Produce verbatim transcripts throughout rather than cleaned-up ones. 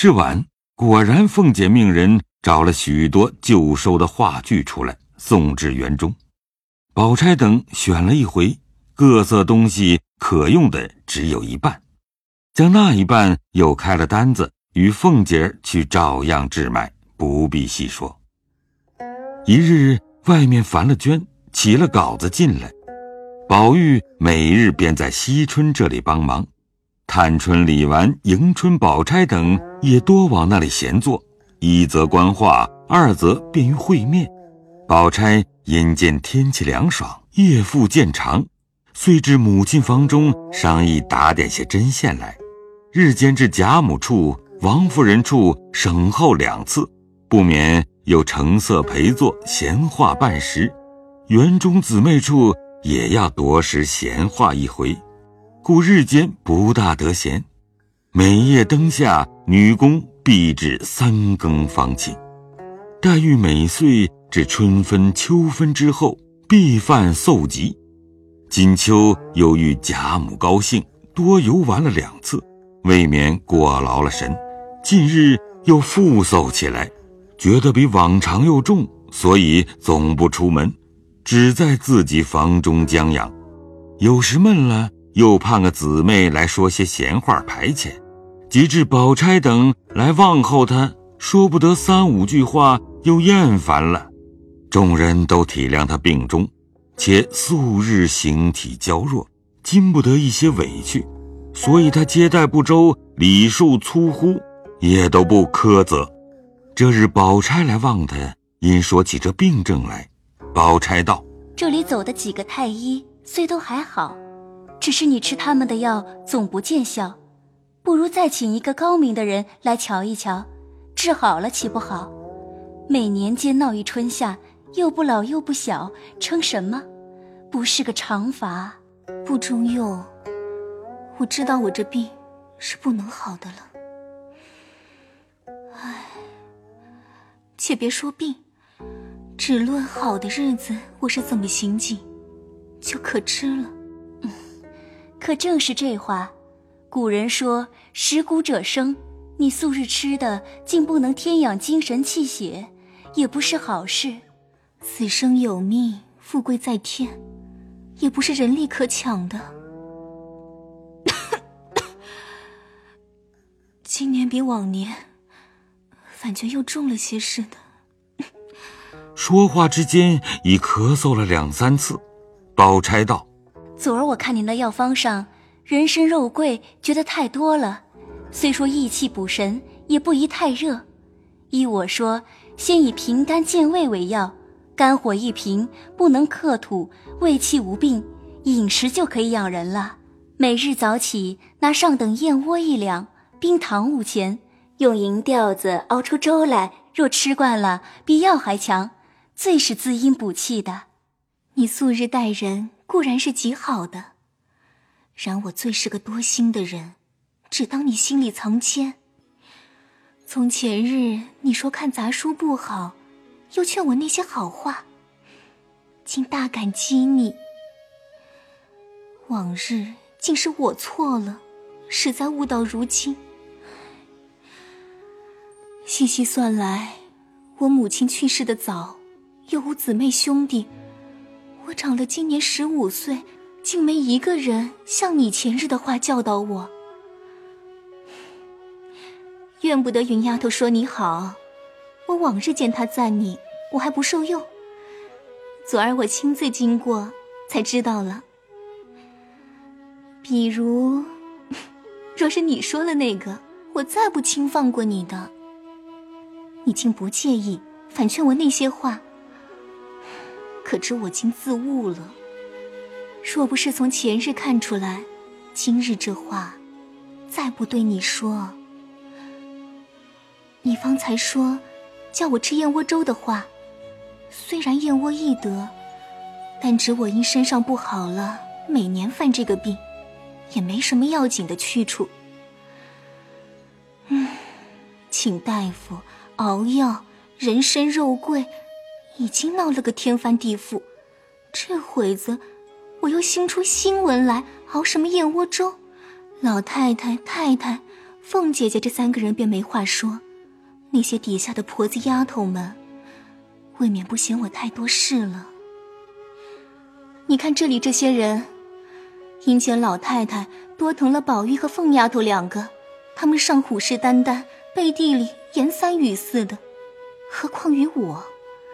这晚果然凤姐命人找了许多旧收的话剧出来，送至园中。宝钗等选了一回，各色东西可用的只有一半，将那一半又开了单子，与凤姐儿去照样置卖，不必细说。一日外面烦了娟，起了稿子进来，宝玉每日便在惜春这里帮忙，探春、李纨、迎春、宝钗等也多往那里闲坐，一则观画，二则便于会面。宝钗因见天气凉爽，夜复渐长，遂至母亲房中商议打点些针线来，日间至贾母处、王夫人处省候两次，不免又成色陪坐闲话半时，园中姊妹处也要多时闲话一回，故日间不大得闲。每夜灯下，女工必至三更方寝。黛玉每岁至春分秋分之后，必犯嗽疾。今秋又遇贾母高兴，多游玩了两次，未免过劳了神，近日又复嗽起来，觉得比往常又重，所以总不出门，只在自己房中将养。有时闷了，又盼个姊妹来说些闲话排遣，及至宝钗等来问候他，说不得三五句话，又厌烦了。众人都体谅他病中，且素日形体娇弱，经不得一些委屈，所以他接待不周，礼数粗忽，也都不苛责。这日宝钗来望他，因说起这病症来。宝钗道： 这里走的几个太医虽都还好，只是你吃他们的药总不见效，不如再请一个高明的人来瞧一瞧，治好了岂不好？每年间闹一春夏，又不老又不小，称什么？不是个长法。 不中用，我知道我这病是不能好的了。唉，且别说病，只论好的日子我是怎么行径，就可知了。 嗯，可正是这话，古人说食谷者生，你素日吃的竟不能添养精神气血，也不是好事。 死生有命，富贵在天，也不是人力可抢的。今年比往年反觉又重了些似的。 说话之间已咳嗽了两三次。宝钗道： 昨儿我看您的药方上人参肉桂觉得太多了，虽说益气补神，也不宜太热。依我说，先以平肝健胃为要，肝火一平，不能克土，胃气无病，饮食就可以养人了。每日早起拿上等燕窝一两，冰糖五钱，用银吊子熬出粥来，若吃惯了，比药还强，最是滋阴补气的。 你素日待人固然是极好的，然我最是个多心的人，只当你心里藏谦。从前日你说看杂书不好，又劝我那些好话，竟大感激你。往日竟是我错了，实在误到如今。细细算来，我母亲去世的早，又无姊妹兄弟，我长了今年十五岁，竟没一个人像你前日的话教导我。怨不得云丫头说你好，我往日见她赞你，我还不受用，昨儿我亲自经过才知道了。比如若是你说了那个，我再不轻放过你的，你竟不介意，反劝我那些话，可知我竟自误了。若不是从前日看出来，今日这话再不对你说。你方才说叫我吃燕窝粥的话，虽然燕窝易得，但只我因身上不好了，每年犯这个病，也没什么要紧的去处。嗯，请大夫熬药，人参肉桂，已经闹了个天翻地覆，这会子我又兴出新闻来，熬什么燕窝粥，老太太太太凤姐姐这三个人便没话说，那些底下的婆子丫头们未免不嫌我太多事了。你看这里这些人，阴间老太太多疼了宝玉和凤丫头两个，他们上虎视眈眈，背地里言三语四的，何况于我？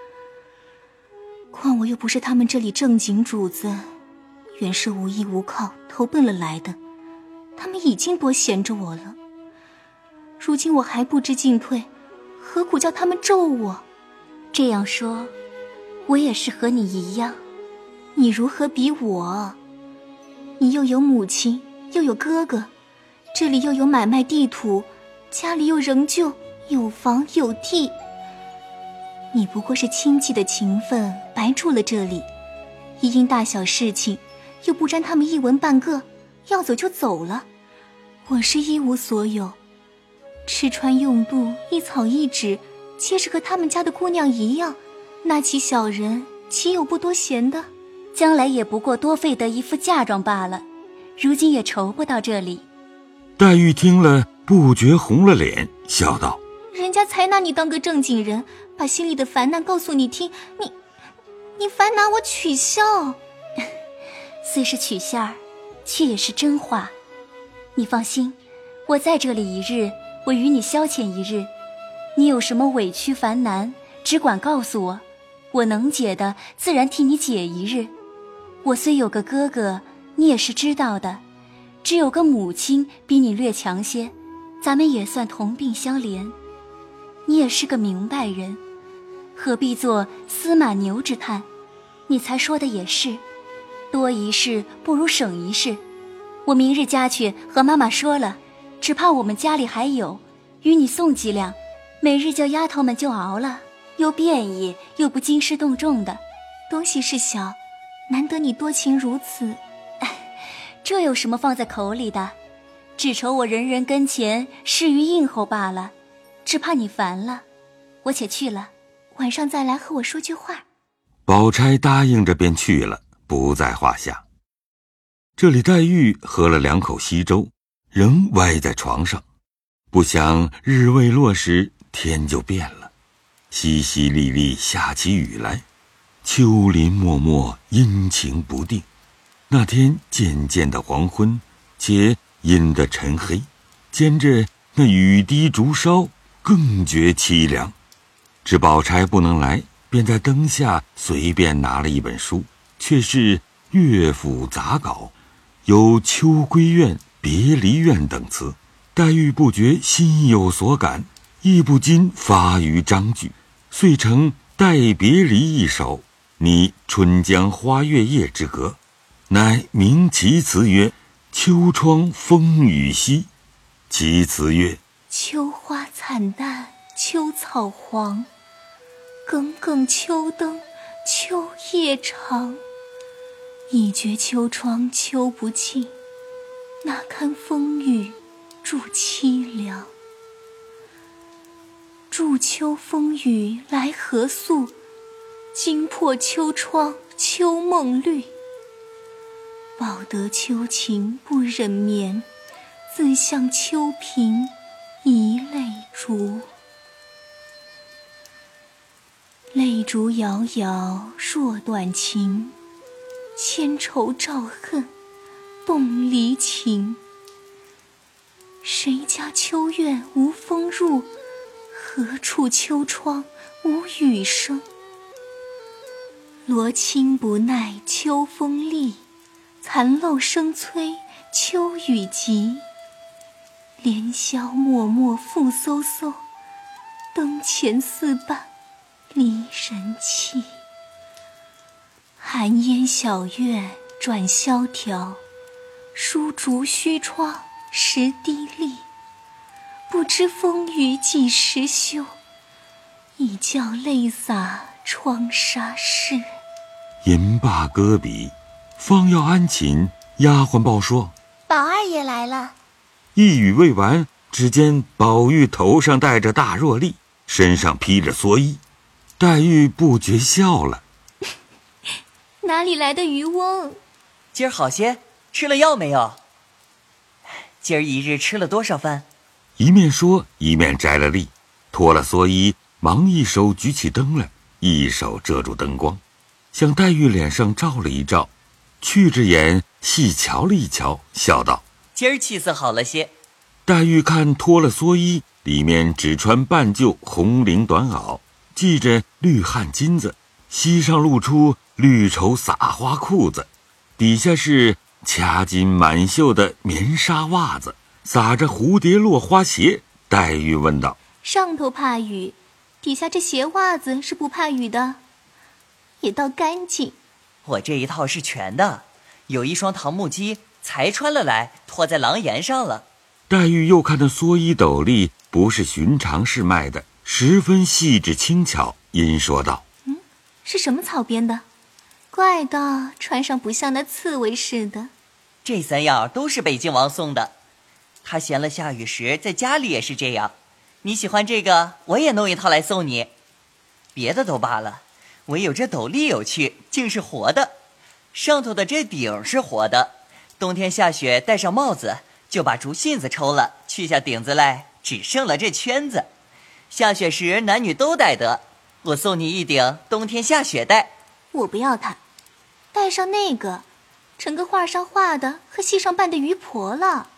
况我又不是他们这里正经主子，原是无依无靠投奔了来的，他们已经多闲着我了。如今我还不知进退，何苦叫他们咒我？ 这样说，我也是和你一样。 你如何比我？你又有母亲，又有哥哥，这里又有买卖地土，家里又仍旧有房有地。你不过是亲戚的情分白住了这里，一因大小事情又不沾他们一文半个，要走就走了。我是一无所有，吃穿用度一草一纸，皆是和他们家的姑娘一样，那其小人岂有不多闲的？ 将来也不过多费得一副嫁妆罢了，如今也愁不到这里。 黛玉听了不觉红了脸，笑道： 人家才拿你当个正经人，把心里的烦难告诉你听，你你反拿我取笑。 虽是取笑儿，却也是真话。你放心，我在这里一日，我与你消遣一日，你有什么委屈烦难，只管告诉我，我能解的自然替你解一日。我虽有个哥哥，你也是知道的，只有个母亲比你略强些，咱们也算同病相怜。你也是个明白人，何必做司马牛之叹？你才说的也是，多一事不如省一事。我明日家去和妈妈说了，只怕我们家里还有，与你送几两，每日叫丫头们就熬了，又便宜又不兴师动众的。 东西是小，难得你多情如此。 这有什么放在口里的？只愁我人人跟前适于应候罢了，只怕你烦了。我且去了， 晚上再来和我说句话。 宝钗答应着便去了，不在话下。这里黛玉喝了两口稀粥，仍歪在床上，不想日未落时天就变了，淅淅沥沥下起雨来，秋林漠漠，阴晴不定。那天渐渐的黄昏，且阴得沉黑，兼着那雨滴竹梢，更觉凄凉。知宝钗不能来，便在灯下随便拿了一本书，却是乐府杂稿，有秋闺怨、别离怨等词。黛玉不觉心有所感，亦不禁发于章句，遂成《待别离》一首，拟春江花月夜之歌，乃名其词曰：秋窗风雨夕。其词曰： 秋花惨淡秋草黄，耿耿秋灯秋夜长。一觉秋窗秋不尽，那堪风雨助凄凉。助秋风雨来何宿，惊破秋窗秋梦绿。报得秋情不忍眠，自向秋屏一泪逐。泪逐遥遥若短情，千愁照恨动离情。谁家秋院无风入，何处秋窗无雨声。罗衾不耐秋风厉，残漏声催秋雨急。连宵默默复飕飕，灯前似伴离人泣。寒烟小院转萧条，疏竹虚窗时滴沥。不知风雨几时休，一觉泪洒窗纱湿。 吟罢歌笔，方要安寝，丫鬟报说： 宝二爷来了。 一语未完，只见宝玉头上戴着大箬笠，身上披着蓑衣。黛玉不觉笑了。 哪里来的渔翁？ 今儿好些，吃了药没有？今儿一日吃了多少饭？ 一面说一面摘了笠，脱了蓑衣，忙一手举起灯来，一手遮住灯光，向黛玉脸上照了一照，去着眼细瞧了一瞧，笑道： 今儿气色好了些。 黛玉看脱了蓑衣，里面只穿半旧红绫短袄，系着绿汗巾子，膝上露出绿绸撒花裤子，底下是掐金满绣的棉纱袜子，撒着蝴蝶落花鞋。黛玉问道： 上头怕雨，底下这鞋袜子是不怕雨的，也倒干净。 我这一套是全的，有一双唐木屐才穿了来，脱在廊檐上了。 黛玉又看那蓑衣斗笠不是寻常市卖的，十分细致轻巧，因说道： 嗯，是什么草编的？怪的，穿上不像那刺猬似的。 这三样都是北静王送的，他闲了下雨时在家里也是这样。你喜欢这个，我也弄一套来送你。别的都罢了，唯有这斗笠有趣，竟是活的。上头的这顶是活的，冬天下雪戴上帽子，就把竹信子抽了，去下顶子来，只剩了这圈子。下雪时男女都戴得，我送你一顶，冬天下雪戴。 我不要它，戴上那个，成个画上画的和戏上扮的鱼婆了。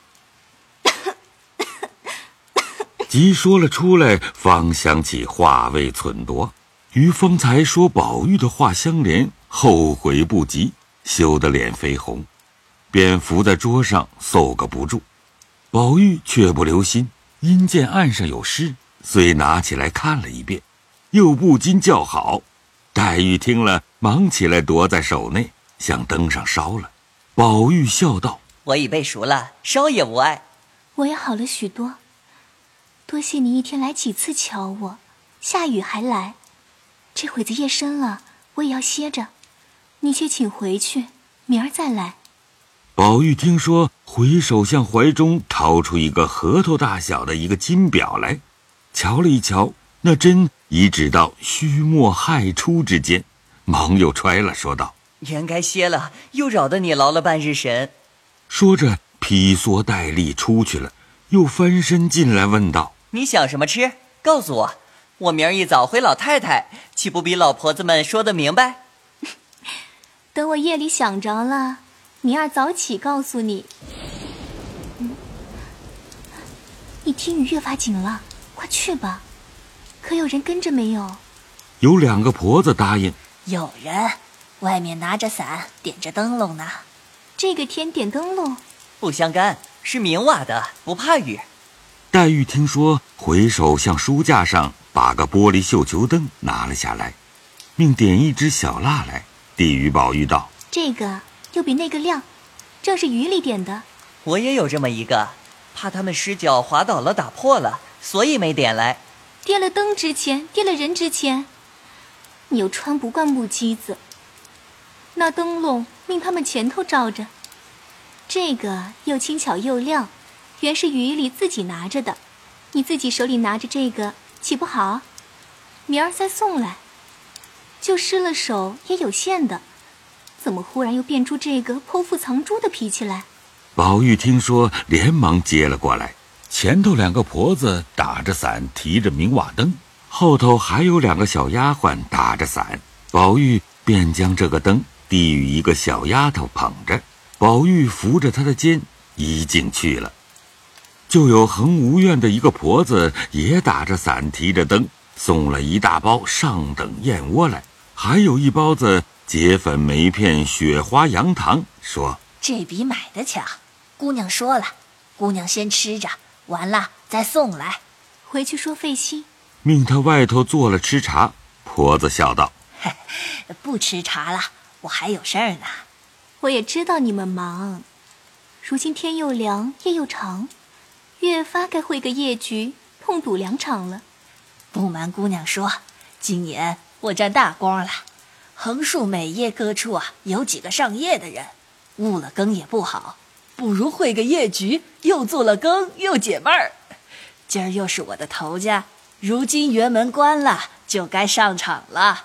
即说了出来，方想起话未忖夺，与方才说宝玉的话相连，后悔不及，羞得脸绯红，便伏在桌上搜个不住。宝玉却不留心，因见案上有诗，遂拿起来看了一遍，又不禁叫好。黛玉听了，忙起来夺在手内，向灯上烧了。宝玉笑道： 我已背熟了，烧也无碍。 我也好了许多，多谢你一天来几次瞧我，下雨还来。这会子夜深了，我也要歇着，你且请回去，明儿再来。 宝玉听说，回手向怀中掏出一个核桃大小的一个金表来，瞧了一瞧，那针已指到戌末亥初之间，忙又揣了，说道： 原该歇了，又扰得你劳了半日神。 说着披蓑戴笠出去了，又翻身进来问道： 你想什么吃？告诉我，我明儿一早回老太太，岂不比老婆子们说得明白？ 等我夜里想着了，明儿早起告诉你。嗯，你听雨越发紧了，快去吧。可有人跟着没有？ 有两个婆子答应。 有人，外面拿着伞，点着灯笼呢。 这个天点灯笼？ 不相干，是明瓦的，不怕雨。 黛玉听说，回手向书架上把个玻璃绣球灯拿了下来，命点一支小蜡来，递与宝玉道： 这个又比那个亮，正是雨里点的。 我也有这么一个，怕他们失脚滑倒了打破了，所以没点来。 跌了灯之前，跌了人之前，你又穿不惯木屐子，那灯笼命他们前头照着。这个又轻巧又亮，原是雨里自己拿着的，你自己手里拿着这个岂不好？明儿再送来，就失了手也有限的，怎么忽然又变出这个剖腹藏珠的脾气来？ 宝玉听说，连忙接了过来。前头两个婆子打着伞，提着明瓦灯，后头还有两个小丫鬟打着伞。宝玉便将这个灯递与一个小丫头捧着，宝玉扶着她的肩一进去了。就有横无院的一个婆子也打着伞，提着灯，送了一大包上等燕窝来，还有一包子结粉梅片雪花羊糖，说这比买的强。姑娘说了，姑娘先吃着，完了再送来。 回去说费心， 命他外头做了吃茶。婆子笑道： 不吃茶了，我还有事儿呢。 我也知道你们忙，如今天又凉夜又长，越发该会个夜局，痛赌两场了。 不瞒姑娘说，今年我占大光了，横竖每夜各处啊有几个上夜的人，误了更也不好，不如会个夜局，又做了更又解闷儿。今儿又是我的头家，如今辕门关了，就该上场了。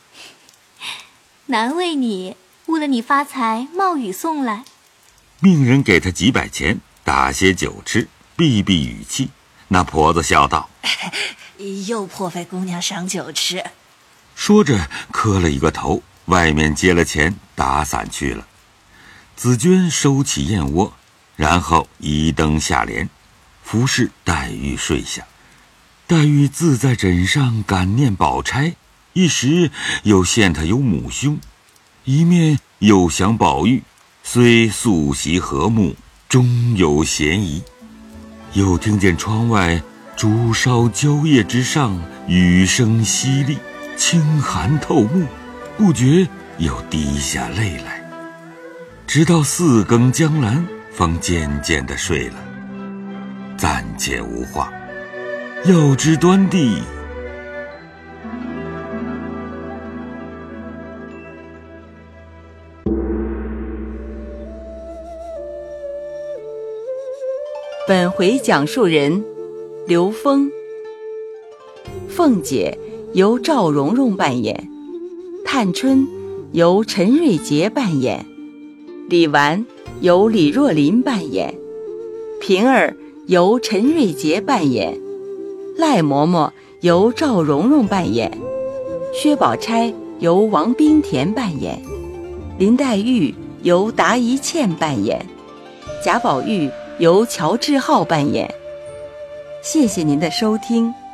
难为你，误了你发财，冒雨送来。 命人给他几百钱，打些酒吃，避避雨气， 那婆子笑道： 又破费姑娘赏酒吃。 说着磕了一个头，外面接了钱打伞去了。紫鹃收起燕窝，然后移灯下帘，服侍黛玉睡下。黛玉自在枕上感念宝钗，一时又羡她有母兄，一面又想宝玉，虽素习和睦，终有嫌疑。又听见窗外竹梢蕉叶之上雨声淅沥，清寒透目，不觉又滴下泪来。直到四更将阑，方渐渐地睡了。暂且无话，要知端地。 本回讲述人刘峰，凤姐由赵蓉蓉扮演，探春由陈瑞杰扮演，李纨由李若琳扮演，平儿由陈瑞杰扮演，赖嬷嬷由赵蓉蓉扮演，薛宝钗由王冰田扮演，林黛玉由达一茜扮演，贾宝玉由乔志浩扮演。谢谢您的收听。